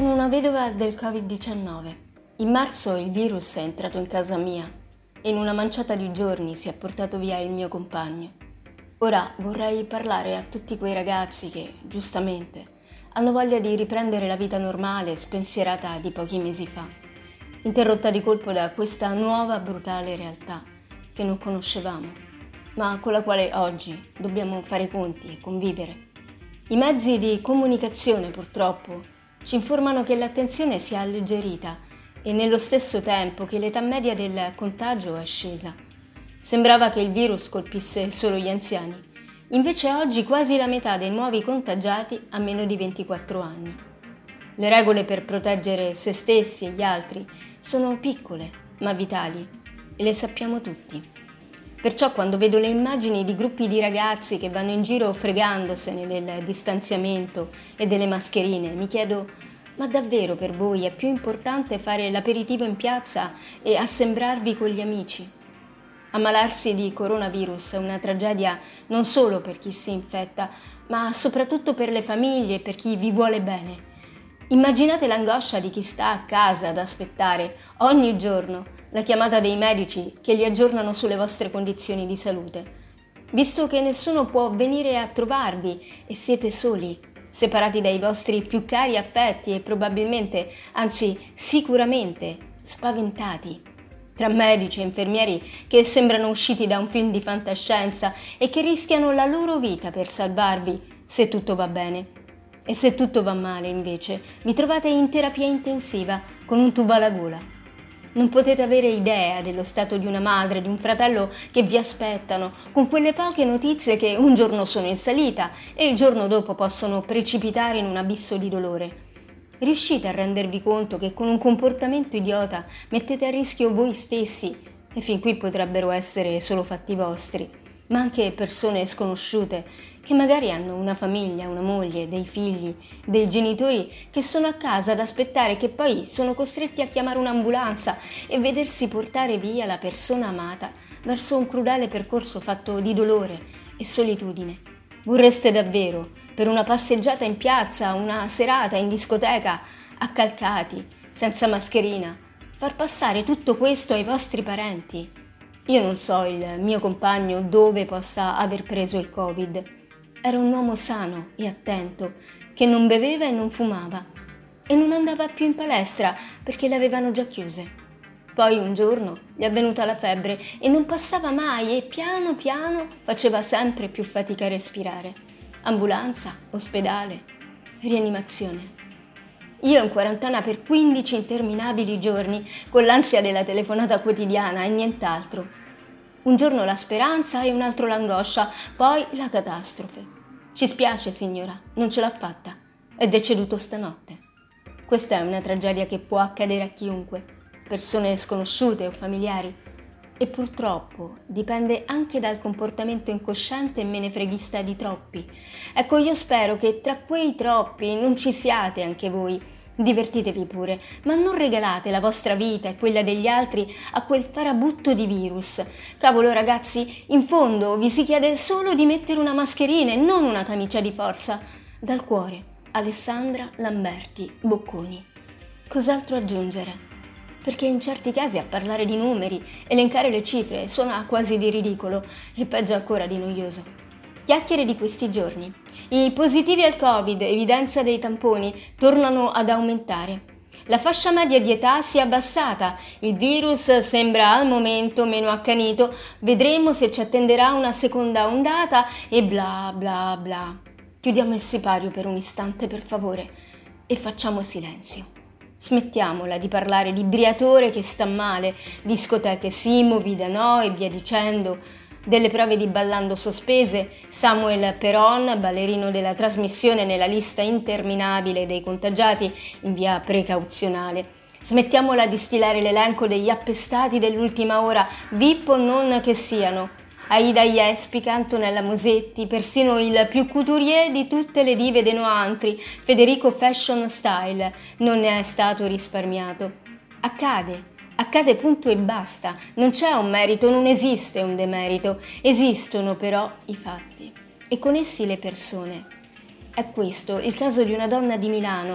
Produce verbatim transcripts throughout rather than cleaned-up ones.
Sono una vedova del covid diciannove. In marzo il virus è entrato in casa mia e in una manciata di giorni si è portato via il mio compagno. Ora vorrei parlare a tutti quei ragazzi che, giustamente, hanno voglia di riprendere la vita normale spensierata di pochi mesi fa, interrotta di colpo da questa nuova brutale realtà che non conoscevamo, ma con la quale oggi dobbiamo fare i conti e convivere. I mezzi di comunicazione, purtroppo, ci informano che l'attenzione si è alleggerita e nello stesso tempo che l'età media del contagio è scesa. Sembrava che il virus colpisse solo gli anziani, invece oggi quasi la metà dei nuovi contagiati ha meno di ventiquattro anni. Le regole per proteggere se stessi e gli altri sono piccole ma vitali e le sappiamo tutti. Perciò quando vedo le immagini di gruppi di ragazzi che vanno in giro fregandosene del distanziamento e delle mascherine, mi chiedo: ma davvero per voi è più importante fare l'aperitivo in piazza e assembrarvi con gli amici? Ammalarsi di coronavirus è una tragedia non solo per chi si infetta, ma soprattutto per le famiglie e per chi vi vuole bene. Immaginate l'angoscia di chi sta a casa ad aspettare ogni giorno la chiamata dei medici che li aggiornano sulle vostre condizioni di salute. Visto che nessuno può venire a trovarvi e siete soli, separati dai vostri più cari affetti e probabilmente, anzi sicuramente, spaventati. Tra medici e infermieri che sembrano usciti da un film di fantascienza e che rischiano la loro vita per salvarvi se tutto va bene. E se tutto va male, invece, vi trovate in terapia intensiva con un tubo alla gola. Non potete avere idea dello stato di una madre, di un fratello che vi aspettano, con quelle poche notizie che un giorno sono in salita e il giorno dopo possono precipitare in un abisso di dolore. Riuscite a rendervi conto che con un comportamento idiota mettete a rischio voi stessi, e fin qui potrebbero essere solo fatti vostri, ma anche persone sconosciute che magari hanno una famiglia, una moglie, dei figli, dei genitori che sono a casa ad aspettare, che poi sono costretti a chiamare un'ambulanza e vedersi portare via la persona amata verso un crudele percorso fatto di dolore e solitudine. Vorreste davvero, per una passeggiata in piazza, una serata in discoteca, accalcati, senza mascherina, far passare tutto questo ai vostri parenti? Io non so il mio compagno dove possa aver preso il Covid. Era un uomo sano e attento, che non beveva e non fumava e non andava più in palestra perché le avevano già chiuse. Poi un giorno gli è venuta la febbre e non passava mai e piano piano faceva sempre più fatica a respirare. Ambulanza, ospedale, rianimazione. Io in quarantena per quindici interminabili giorni, con l'ansia della telefonata quotidiana e nient'altro. Un giorno la speranza e un altro l'angoscia, poi la catastrofe. Ci spiace, signora, non ce l'ha fatta. È deceduto stanotte. Questa è una tragedia che può accadere a chiunque, persone sconosciute o familiari. E purtroppo dipende anche dal comportamento incosciente e menefreghista di troppi. Ecco, io spero che tra quei troppi non ci siate anche voi. Divertitevi pure, ma non regalate la vostra vita e quella degli altri a quel farabutto di virus. Cavolo ragazzi, in fondo vi si chiede solo di mettere una mascherina e non una camicia di forza. Dal cuore, Alessandra Lamberti Bocconi. Cos'altro aggiungere? Perché in certi casi a parlare di numeri, elencare le cifre suona quasi di ridicolo e peggio ancora di noioso. Chiacchiere di questi giorni. I positivi al Covid, evidenza dei tamponi, tornano ad aumentare. La fascia media di età si è abbassata, il virus sembra al momento meno accanito, vedremo se ci attenderà una seconda ondata e bla bla bla. Chiudiamo il sipario per un istante, per favore, e facciamo silenzio. Smettiamola di parlare di Briatore che sta male, discoteche sì, movida no e via dicendo, delle prove di ballando sospese, Samuel Peron, ballerino della trasmissione nella lista interminabile dei contagiati in via precauzionale. Smettiamola di stilare l'elenco degli appestati dell'ultima ora, V I P o non che siano. Aida Jespica, Antonella Mosetti, persino il più couturier di tutte le dive dei noantri, Federico Fashion Style, non ne è stato risparmiato. Accade. Accade punto e basta, non c'è un merito, non esiste un demerito, esistono però i fatti e con essi le persone. È questo il caso di una donna di Milano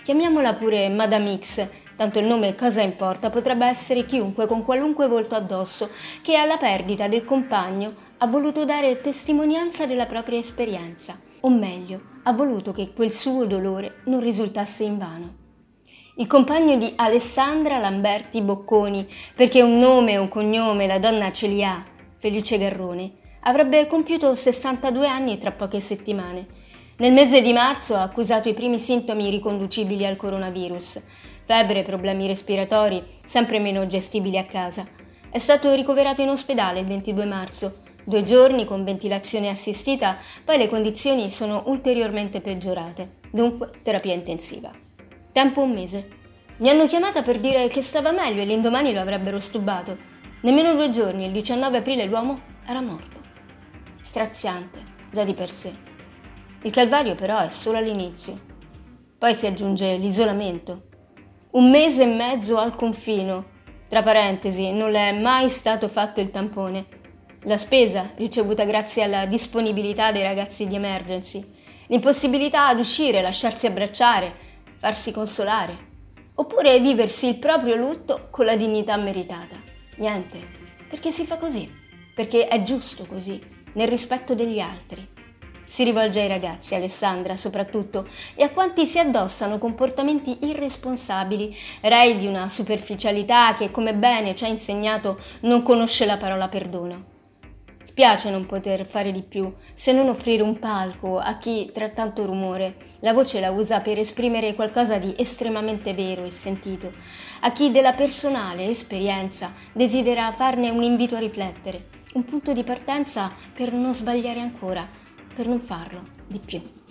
Chiamiamola pure Madame X, tanto il nome cosa importa, potrebbe essere chiunque con qualunque volto addosso che alla perdita del compagno ha voluto dare testimonianza della propria esperienza, o meglio, ha voluto che quel suo dolore non risultasse invano. Il compagno di Alessandra Lamberti Bocconi, perché un nome e un cognome la donna ce li ha, Felice Garrone, avrebbe compiuto sessantadue anni tra poche settimane. Nel mese di marzo ha accusato i primi sintomi riconducibili al coronavirus, febbre, problemi respiratori, sempre meno gestibili a casa. È stato ricoverato in ospedale il ventidue marzo, due giorni con ventilazione assistita, poi le condizioni sono ulteriormente peggiorate, dunque terapia intensiva. Tempo un mese. Mi hanno chiamata per dire che stava meglio e l'indomani lo avrebbero stubato. Nemmeno due giorni, il diciannove aprile, l'uomo era morto. Straziante, già di per sé. Il calvario però è solo all'inizio. Poi si aggiunge l'isolamento. Un mese e mezzo al confino. Tra parentesi, non le è mai stato fatto il tampone. La spesa, ricevuta grazie alla disponibilità dei ragazzi di Emergency. L'impossibilità ad uscire, lasciarsi abbracciare, farsi consolare, oppure viversi il proprio lutto con la dignità meritata. Niente, perché si fa così, perché è giusto così, nel rispetto degli altri. Si rivolge ai ragazzi, Alessandra soprattutto, e a quanti si addossano comportamenti irresponsabili, rei di una superficialità che, come bene ci ha insegnato, non conosce la parola perdono. Spiace non poter fare di più, se non offrire un palco a chi, tra tanto rumore, la voce la usa per esprimere qualcosa di estremamente vero e sentito, a chi della personale esperienza desidera farne un invito a riflettere, un punto di partenza per non sbagliare ancora, per non farlo di più.